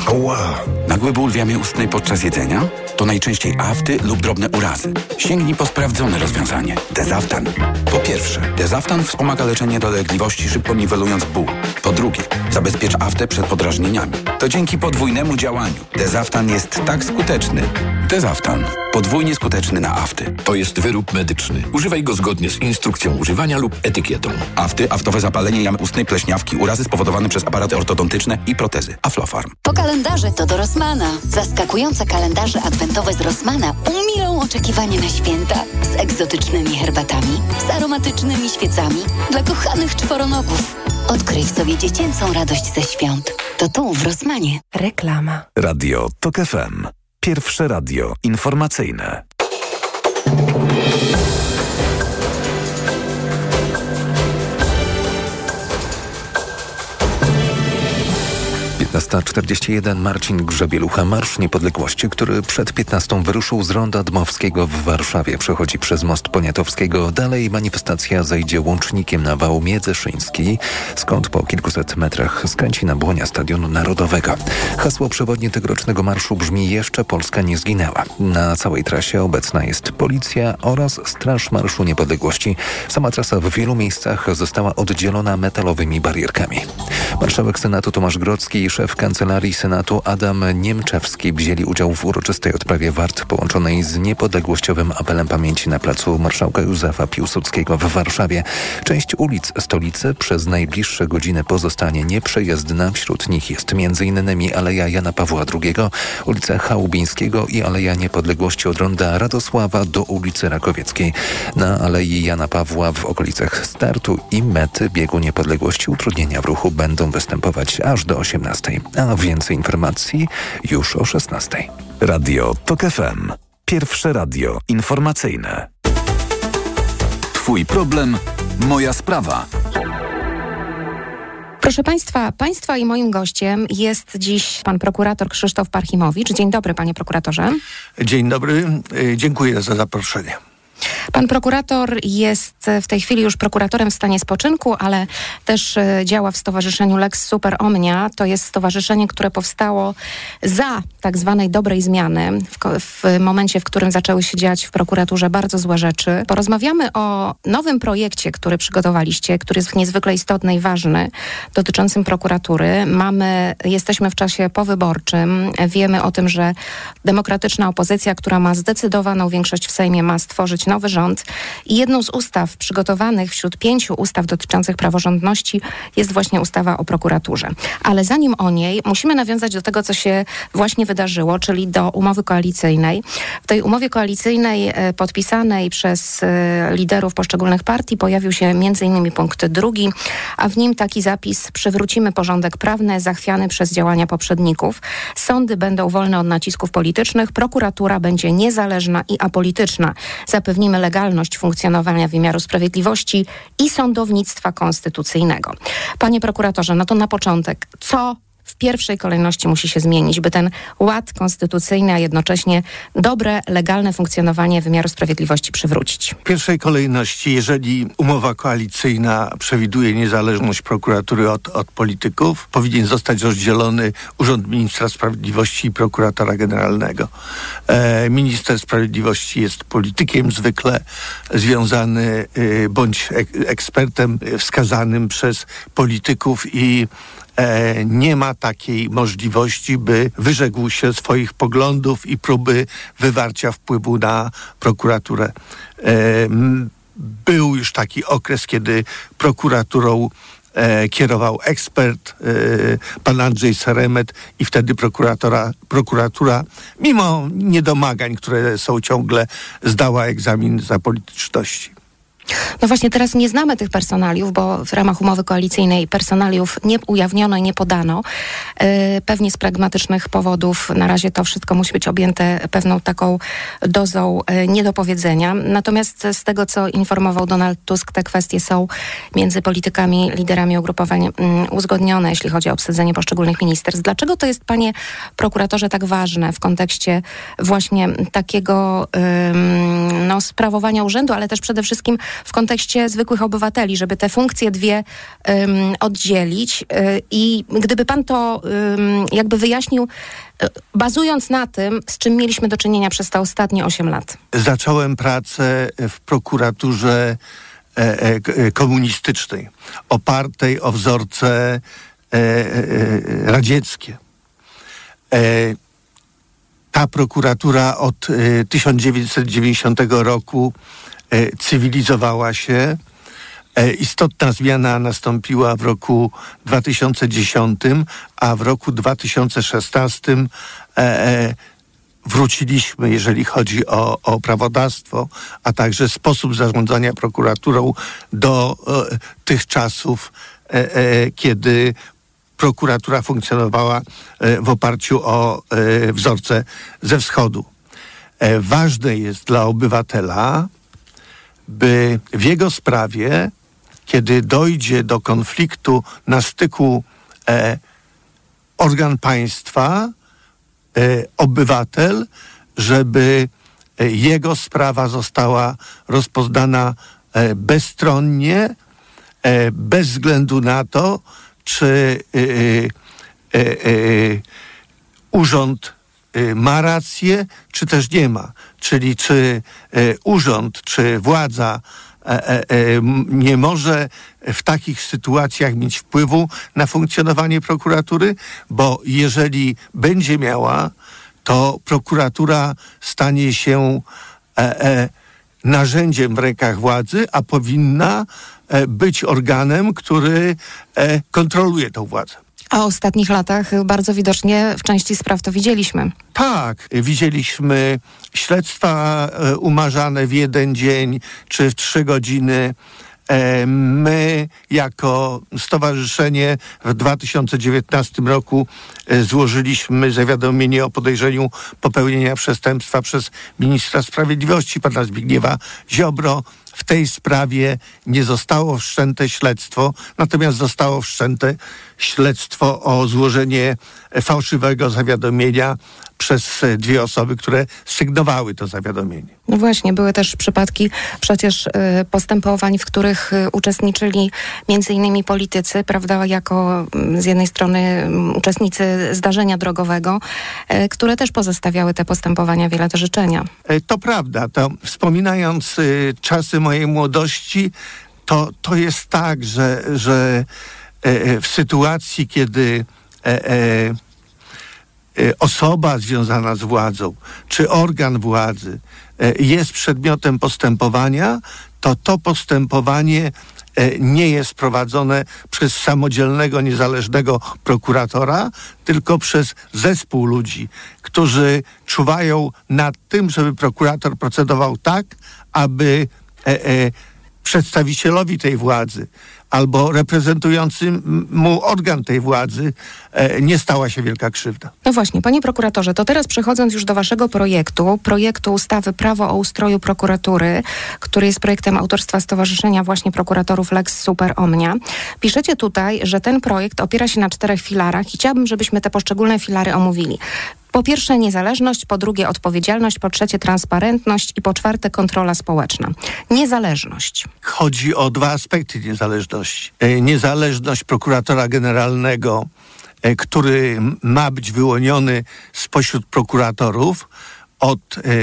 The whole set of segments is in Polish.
Ała! Nagły ból w jamie ustnej podczas jedzenia? To najczęściej afty lub drobne urazy. Sięgnij po sprawdzone rozwiązanie. Dezaftan. Po pierwsze, Dezaftan wspomaga leczenie dolegliwości, szybko niwelując ból. Po drugie, zabezpiecz aftę przed podrażnieniami. To dzięki podwójnemu działaniu. Dezaftan jest tak skuteczny. Dezaftan. Podwójnie skuteczny na afty. To jest wyrób medyczny. Używaj go zgodnie z instrukcją używania lub etykietą. Afty, aftowe zapalenie jamy ustnej, pleśniawki, urazy spowodowane przez aparaty ortodontyczne i protezy. Aflofarm. Po kalendarze to do Rossmana. Zaskakujące kalendarze adwentowe z Rossmana umilą oczekiwanie na święta. Z egzotycznymi herbatami, z aromatycznymi świecami. Dla kochanych czworonogów. Odkryj w sobie dziecięcą radość ze świąt. To tu w Rossmanie. Reklama. Radio TOK FM. Pierwsze radio informacyjne. Piętnasta 41. Marcin Grzebielucha. Marsz Niepodległości, który przed 15 wyruszył z Ronda Dmowskiego w Warszawie. Przechodzi przez Most Poniatowskiego. Dalej manifestacja zejdzie łącznikiem na wał Międzyszyński, skąd po kilkuset metrach skręci na błonia Stadionu Narodowego. Hasło przewodnie tegorocznego marszu brzmi: jeszcze Polska nie zginęła. Na całej trasie obecna jest policja oraz Straż Marszu Niepodległości. Sama trasa w wielu miejscach została oddzielona metalowymi barierkami. Marszałek Senatu Tomasz Grodzki i szef Kancelarii Senatu Adam Niemczewski wzięli udział w uroczystej odprawie wart połączonej z niepodległościowym apelem pamięci na placu Marszałka Józefa Piłsudskiego w Warszawie. Część ulic stolicy przez najbliższe godziny pozostanie nieprzejezdna. Wśród nich jest m.in. Aleja Jana Pawła II, ulica Chałubińskiego i Aleja Niepodległości od ronda Radosława do ulicy Rakowieckiej. Na Alei Jana Pawła w okolicach startu i mety biegu Niepodległości utrudnienia w ruchu będą występować aż do 18. A więcej informacji już o 16. Radio TOK FM. Pierwsze radio informacyjne. Twój problem, moja sprawa. Proszę Państwa i moim gościem jest dziś pan prokurator Krzysztof Parchimowicz. Dzień dobry, panie prokuratorze. Dzień dobry, dziękuję za zaproszenie. Pan prokurator jest w tej chwili już prokuratorem w stanie spoczynku, ale też działa w stowarzyszeniu Lex Super Omnia. To jest stowarzyszenie, które powstało za tak zwanej dobrej zmiany, w momencie, w którym zaczęły się dziać w prokuraturze bardzo złe rzeczy. Porozmawiamy o nowym projekcie, który przygotowaliście, który jest niezwykle istotny i ważny, dotyczącym prokuratury. Jesteśmy w czasie powyborczym. Wiemy o tym, że demokratyczna opozycja, która ma zdecydowaną większość w Sejmie, ma stworzyć nowy rząd. I jedną z ustaw przygotowanych wśród 5 ustaw dotyczących praworządności jest właśnie ustawa o prokuraturze. Ale zanim o niej, musimy nawiązać do tego, co się właśnie wydarzyło, czyli do umowy koalicyjnej. W tej umowie koalicyjnej podpisanej przez liderów poszczególnych partii pojawił się m.in. punkt 2, a w nim taki zapis: przywrócimy porządek prawny zachwiany przez działania poprzedników. Sądy będą wolne od nacisków politycznych, prokuratura będzie niezależna i apolityczna. Zapewnimy legalność funkcjonowania wymiaru sprawiedliwości i sądownictwa konstytucyjnego. Panie prokuratorze, no to na początek, co w pierwszej kolejności musi się zmienić, by ten ład konstytucyjny, a jednocześnie dobre, legalne funkcjonowanie wymiaru sprawiedliwości przywrócić? W pierwszej kolejności, jeżeli umowa koalicyjna przewiduje niezależność prokuratury od polityków, powinien zostać rozdzielony Urząd Ministra Sprawiedliwości i Prokuratora Generalnego. Minister Sprawiedliwości jest politykiem zwykle związany bądź ekspertem wskazanym przez polityków i nie ma takiej możliwości, by wyrzekł się swoich poglądów i próby wywarcia wpływu na prokuraturę. Był już taki okres, kiedy prokuraturą kierował ekspert, pan Andrzej Seremet, i wtedy prokuratura, mimo niedomagań, które są ciągle, zdała egzamin z apolityczności. No właśnie, teraz nie znamy tych personaliów, bo w ramach umowy koalicyjnej personaliów nie ujawniono i nie podano. Pewnie z pragmatycznych powodów na razie to wszystko musi być objęte pewną taką dozą niedopowiedzenia. Natomiast z tego, co informował Donald Tusk, te kwestie są między politykami, liderami ugrupowań uzgodnione, jeśli chodzi o obsadzenie poszczególnych ministerstw. Dlaczego to jest, panie prokuratorze, tak ważne w kontekście właśnie takiego sprawowania urzędu, ale też przede wszystkim w kontekście zwykłych obywateli, żeby te funkcje dwie oddzielić. I gdyby pan to jakby wyjaśnił, bazując na tym, z czym mieliśmy do czynienia przez te ostatnie 8 lat. Zacząłem pracę w prokuraturze komunistycznej, opartej o wzorce radzieckie. Ta prokuratura od 1990 roku cywilizowała się. Istotna zmiana nastąpiła w roku 2010, a w roku 2016 wróciliśmy, jeżeli chodzi o prawodawstwo, a także sposób zarządzania prokuraturą do tych czasów, kiedy prokuratura funkcjonowała w oparciu o wzorce ze wschodu. Ważne jest dla obywatela, by w jego sprawie, kiedy dojdzie do konfliktu na styku organ państwa, obywatel, żeby jego sprawa została rozpoznana bezstronnie, bez względu na to, czy urząd ma rację, czy też nie ma. Czyli czy urząd, czy władza nie może w takich sytuacjach mieć wpływu na funkcjonowanie prokuratury, bo jeżeli będzie miała, to prokuratura stanie się narzędziem w rękach władzy, a powinna być organem, który kontroluje tę władzę. A w ostatnich latach bardzo widocznie w części spraw to widzieliśmy. Tak, widzieliśmy śledztwa umarzane w 1 dzień czy w 3 godziny. My jako stowarzyszenie w 2019 roku złożyliśmy zawiadomienie o podejrzeniu popełnienia przestępstwa przez ministra sprawiedliwości, pana Zbigniewa Ziobro. W tej sprawie nie zostało wszczęte śledztwo, natomiast zostało wszczęte śledztwo o złożenie fałszywego zawiadomienia przez 2 osoby, które sygnowały to zawiadomienie. No właśnie, były też przypadki przecież postępowań, w których uczestniczyli między innymi politycy, prawda, jako z jednej strony uczestnicy zdarzenia drogowego, które też pozostawiały te postępowania wiele do życzenia. To prawda. To wspominając czasy mojej młodości, to jest tak, że w sytuacji, kiedy osoba związana z władzą, czy organ władzy jest przedmiotem postępowania, to postępowanie nie jest prowadzone przez samodzielnego, niezależnego prokuratora, tylko przez zespół ludzi, którzy czuwają nad tym, żeby prokurator procedował tak, aby przedstawicielowi tej władzy albo reprezentującemu organ tej władzy nie stała się wielka krzywda. No właśnie, panie prokuratorze, to teraz przechodząc już do waszego projektu ustawy Prawo o ustroju prokuratury, który jest projektem autorstwa Stowarzyszenia właśnie Prokuratorów Lex Super Omnia. Piszecie tutaj, że ten projekt opiera się na 4 filarach i chciałabym, żebyśmy te poszczególne filary omówili. Po pierwsze niezależność, po drugie odpowiedzialność, po trzecie transparentność i po czwarte kontrola społeczna. Niezależność. Chodzi o 2 aspekty niezależności. Niezależność prokuratora generalnego, który ma być wyłoniony spośród prokuratorów od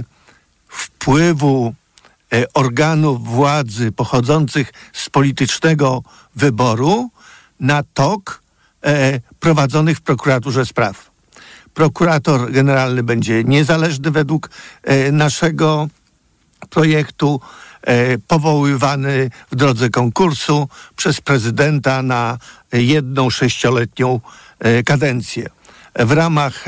wpływu organów władzy pochodzących z politycznego wyboru na tok prowadzonych w prokuraturze spraw. Prokurator generalny będzie niezależny według naszego projektu, powoływany w drodze konkursu przez prezydenta na 1 6-letnią kadencję. W ramach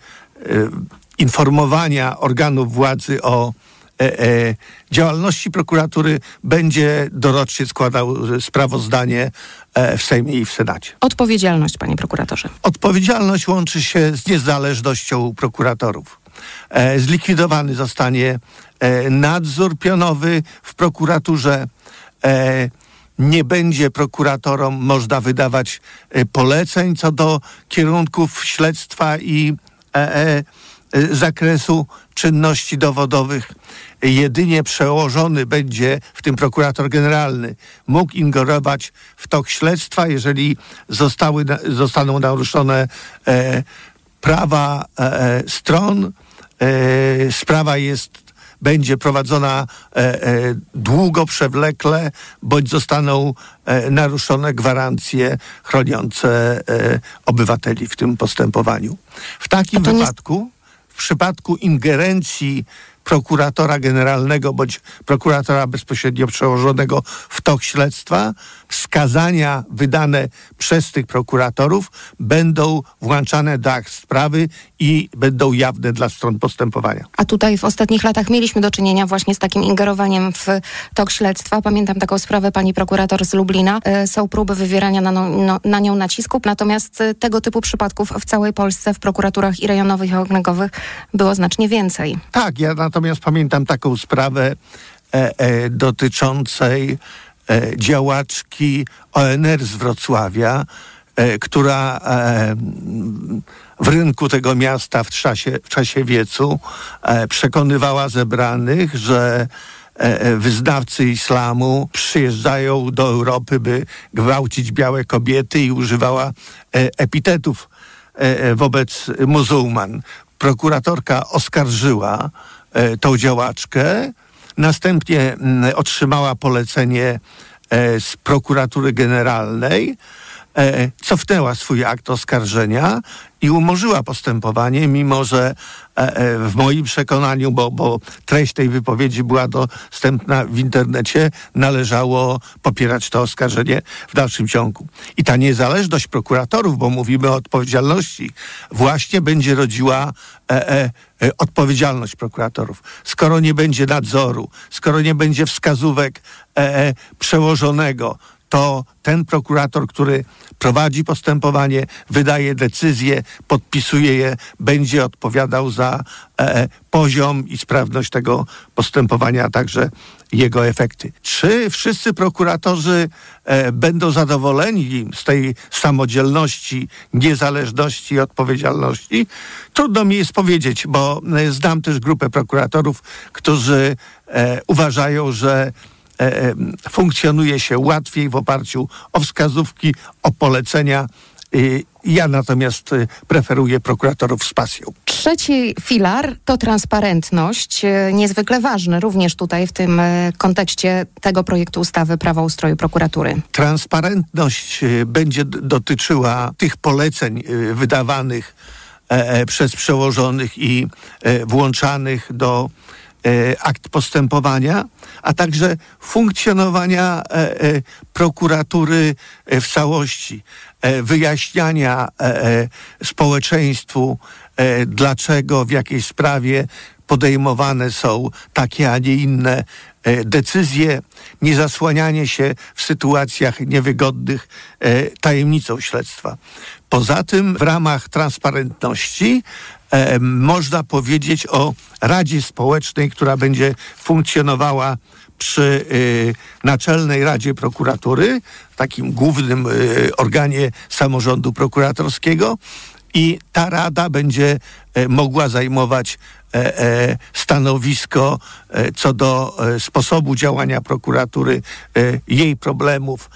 informowania organów władzy o działalności prokuratury będzie dorocznie składał sprawozdanie w Sejmie i w Senacie. Odpowiedzialność, panie prokuratorze. Odpowiedzialność łączy się z niezależnością prokuratorów. Zlikwidowany zostanie nadzór pionowy w prokuraturze. Nie będzie prokuratorom można wydawać poleceń co do kierunków śledztwa i zakresu czynności dowodowych jedynie przełożony będzie, w tym prokurator generalny, mógł ingerować w tok śledztwa, jeżeli zostaną naruszone prawa stron. Sprawa będzie prowadzona długo, przewlekle, bądź zostaną naruszone gwarancje chroniące obywateli w tym postępowaniu. W takim wypadku, w przypadku ingerencji prokuratora generalnego bądź prokuratora bezpośrednio przełożonego w tok śledztwa, wskazania wydane przez tych prokuratorów będą włączane do akt sprawy i będą jawne dla stron postępowania. A tutaj w ostatnich latach mieliśmy do czynienia właśnie z takim ingerowaniem w tok śledztwa. Pamiętam taką sprawę pani prokurator z Lublina. Są próby wywierania na nią nacisków, natomiast tego typu przypadków w całej Polsce w prokuraturach i rejonowych, i okręgowych było znacznie więcej. Tak, ja natomiast pamiętam taką sprawę dotyczącej działaczki ONR z Wrocławia, która w rynku tego miasta w czasie wiecu przekonywała zebranych, że wyznawcy islamu przyjeżdżają do Europy, by gwałcić białe kobiety, i używała epitetów wobec muzułman. Prokuratorka oskarżyła tą działaczkę, następnie otrzymała polecenie z prokuratury generalnej, cofnęła swój akt oskarżenia i umorzyła postępowanie, mimo że w moim przekonaniu, bo treść tej wypowiedzi była dostępna w internecie, należało popierać to oskarżenie w dalszym ciągu. I ta niezależność prokuratorów, bo mówimy o odpowiedzialności, właśnie będzie rodziła odpowiedzialność prokuratorów. Skoro nie będzie nadzoru, skoro nie będzie wskazówek przełożonego, to ten prokurator, który prowadzi postępowanie, wydaje decyzje, podpisuje je, będzie odpowiadał za poziom i sprawność tego postępowania, a także jego efekty. Czy wszyscy prokuratorzy będą zadowoleni z tej samodzielności, niezależności i odpowiedzialności? Trudno mi jest powiedzieć, bo znam też grupę prokuratorów, którzy uważają, że funkcjonuje się łatwiej w oparciu o wskazówki, o polecenia. Ja natomiast preferuję prokuratorów z pasją. Trzeci filar to transparentność, niezwykle ważny również tutaj w tym kontekście tego projektu ustawy Prawo o ustroju prokuratury. Transparentność będzie dotyczyła tych poleceń wydawanych przez przełożonych i włączanych do akt postępowania, a także funkcjonowania prokuratury w całości, wyjaśniania społeczeństwu, dlaczego w jakiej sprawie podejmowane są takie, a nie inne decyzje, niezasłanianie się w sytuacjach niewygodnych tajemnicą śledztwa. Poza tym w ramach transparentności można powiedzieć o Radzie Społecznej, która będzie funkcjonowała przy Naczelnej Radzie Prokuratury, takim głównym organie samorządu prokuratorskiego, i ta rada będzie mogła zajmować stanowisko co do sposobu działania prokuratury, jej problemów.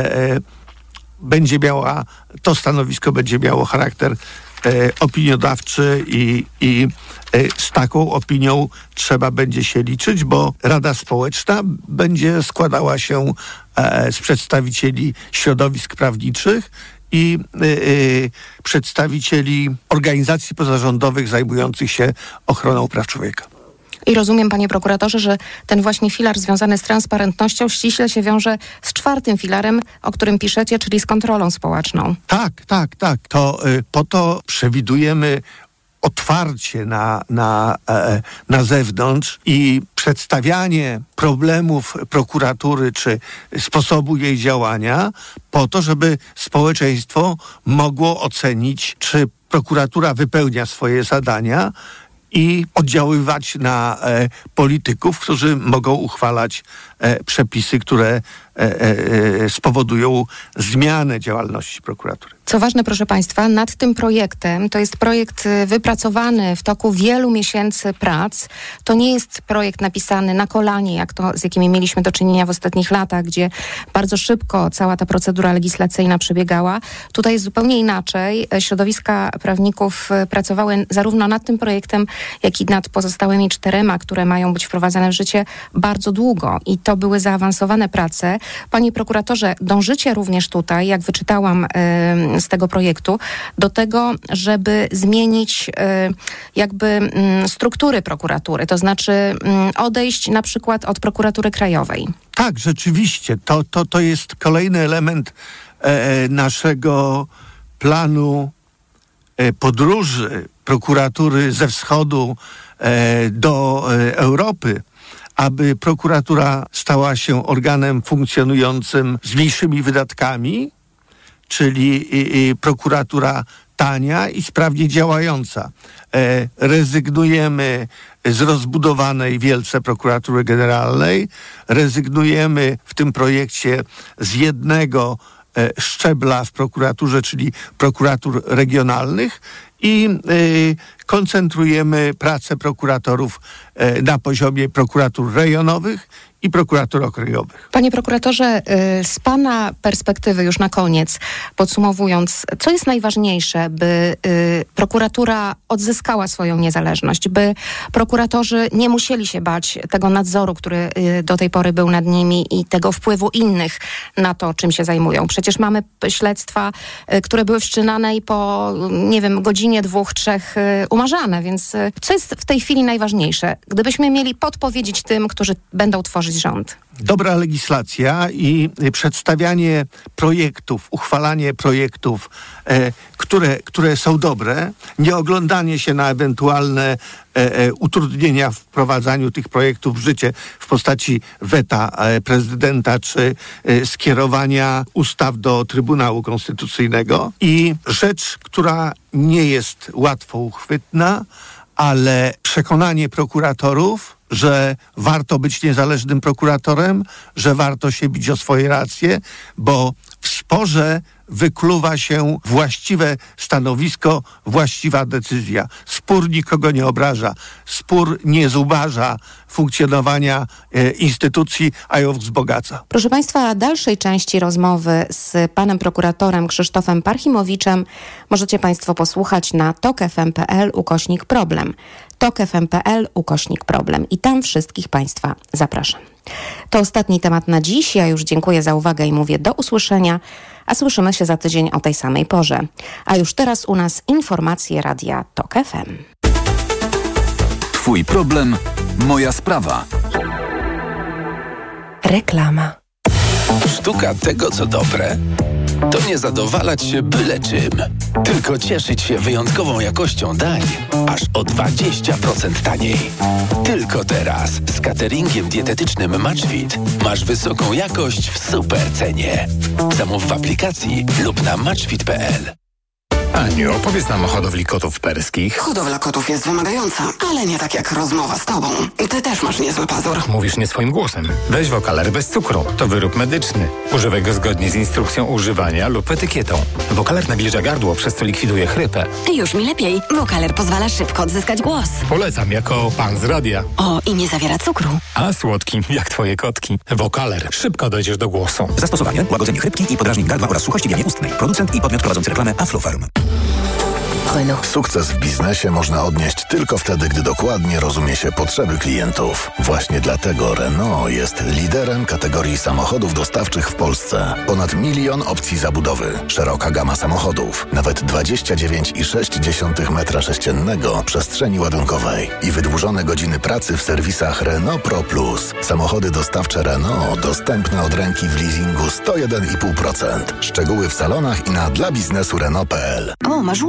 To stanowisko będzie miało charakter opiniodawczy i z taką opinią trzeba będzie się liczyć, bo Rada Społeczna będzie składała się z przedstawicieli środowisk prawniczych i przedstawicieli organizacji pozarządowych zajmujących się ochroną praw człowieka. I rozumiem, panie prokuratorze, że ten właśnie filar związany z transparentnością ściśle się wiąże z czwartym filarem, o którym piszecie, czyli z kontrolą społeczną. Tak. To po to przewidujemy otwarcie na zewnątrz i przedstawianie problemów prokuratury czy sposobu jej działania po to, żeby społeczeństwo mogło ocenić, czy prokuratura wypełnia swoje zadania i oddziaływać na polityków, którzy mogą uchwalać przepisy, które spowodują zmianę działalności prokuratury. Co ważne, proszę Państwa, nad tym projektem, to jest projekt wypracowany w toku wielu miesięcy prac. To nie jest projekt napisany na kolanie, z jakimi mieliśmy do czynienia w ostatnich latach, gdzie bardzo szybko cała ta procedura legislacyjna przebiegała. Tutaj jest zupełnie inaczej. Środowiska prawników pracowały zarówno nad tym projektem, jak i nad pozostałymi 4, które mają być wprowadzane w życie bardzo długo. I to były zaawansowane prace. Panie prokuratorze, dążycie również tutaj, jak wyczytałam z tego projektu, do tego, żeby zmienić struktury prokuratury, to znaczy odejść na przykład od prokuratury krajowej. Tak, rzeczywiście. To jest kolejny element naszego planu podróży prokuratury ze wschodu do Europy, aby prokuratura stała się organem funkcjonującym z mniejszymi wydatkami, czyli prokuratura tania i sprawnie działająca. Rezygnujemy z rozbudowanej wielce prokuratury generalnej, rezygnujemy w tym projekcie z jednego szczebla w prokuraturze, czyli prokuratur regionalnych i koncentrujemy pracę prokuratorów na poziomie prokuratur rejonowych i prokuratur okręgowych. Panie prokuratorze, z Pana perspektywy już na koniec, podsumowując, co jest najważniejsze, by prokuratura odzyskała swoją niezależność, by prokuratorzy nie musieli się bać tego nadzoru, który do tej pory był nad nimi i tego wpływu innych na to, czym się zajmują. Przecież mamy śledztwa, które były wszczynane i po, godzinie, 2, 3 umarzane, więc co jest w tej chwili najważniejsze? Gdybyśmy mieli podpowiedzieć tym, którzy będą tworzyć rząd. Dobra legislacja i przedstawianie projektów, uchwalanie projektów, które są dobre, nie oglądanie się na ewentualne utrudnienia w wprowadzaniu tych projektów w życie w postaci weta prezydenta czy skierowania ustaw do Trybunału Konstytucyjnego. I rzecz, która nie jest łatwo uchwytna, ale przekonanie prokuratorów, że warto być niezależnym prokuratorem, że warto się bić o swoje racje, bo w sporze wykluwa się właściwe stanowisko, właściwa decyzja. Spór nikogo nie obraża. Spór nie zubaża funkcjonowania instytucji, a ją wzbogaca. Proszę Państwa, dalszej części rozmowy z panem prokuratorem Krzysztofem Parchimowiczem możecie Państwo posłuchać na tokfm.pl/problem. tokfm.pl/problem. I tam wszystkich Państwa zapraszam. To ostatni temat na dziś. Ja już dziękuję za uwagę i mówię do usłyszenia, a słyszymy się za tydzień o tej samej porze. A już teraz u nas informacje Radia TOK FM. Twój problem, moja sprawa. Reklama. Sztuka tego, co dobre, to nie zadowalać się byle czym, tylko cieszyć się wyjątkową jakością dań, aż o 20% taniej. Tylko teraz z cateringiem dietetycznym Matchfit masz wysoką jakość w super cenie. Zamów w aplikacji lub na matchfit.pl. Aniu, opowiedz nam o hodowli kotów perskich. Hodowla kotów jest wymagająca, ale nie tak jak rozmowa z tobą. Ty też masz niezły pazur. Mówisz nie swoim głosem. Weź Wokaler bez cukru. To wyrób medyczny. Używaj go zgodnie z instrukcją używania lub etykietą. Wokaler nawilża gardło, przez co likwiduje chrypę. Już mi lepiej. Wokaler pozwala szybko odzyskać głos. Polecam jako pan z radia. O, i nie zawiera cukru. A słodki, jak twoje kotki. Wokaler. Szybko dojdziesz do głosu. Zastosowanie: łagodzenie chrypki i podrażnień gardła oraz suchości w jamie ustnej. Producent i podmiot prowadzący reklamę Aflofarm. Sukces w biznesie można odnieść tylko wtedy, gdy dokładnie rozumie się potrzeby klientów. Właśnie dlatego Renault jest liderem kategorii samochodów dostawczych w Polsce. Ponad 1 milion opcji zabudowy, szeroka gama samochodów, nawet 29,6 m2 przestrzeni ładunkowej i wydłużone godziny pracy w serwisach Renault Pro Plus. Samochody dostawcze Renault dostępne od ręki w leasingu 101,5%. Szczegóły w salonach i na dla biznesu Renault.pl. O, masz łupież.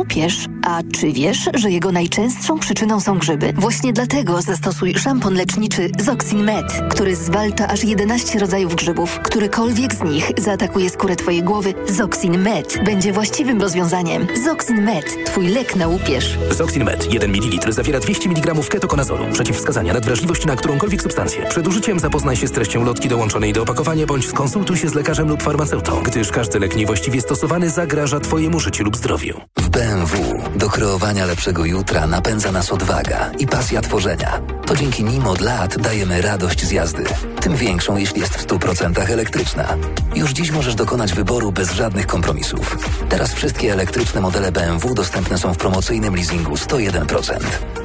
A czy wiesz, że jego najczęstszą przyczyną są grzyby? Właśnie dlatego zastosuj szampon leczniczy Zoxin Med, który zwalcza aż 11 rodzajów grzybów. Którykolwiek z nich zaatakuje skórę twojej głowy, Zoxin Med będzie właściwym rozwiązaniem. Zoxin Med, twój lek na łupież. Zoxin Med 1 ml zawiera 200 mg ketokonazolu. Przeciwwskazania, nadwrażliwość na którąkolwiek substancję. Przed użyciem zapoznaj się z treścią lotki dołączonej do opakowania bądź skonsultuj się z lekarzem lub farmaceutą, gdyż każdy lek niewłaściwie stosowany zagraża twojemu życiu lub zdrowiu. W BMW do kreowania lepszego jutra napędza nas odwaga i pasja tworzenia. To dzięki nim od lat dajemy radość z jazdy. Tym większą, jeśli jest w 100% elektryczna. Już dziś możesz dokonać wyboru bez żadnych kompromisów. Teraz wszystkie elektryczne modele BMW dostępne są w promocyjnym leasingu 101%.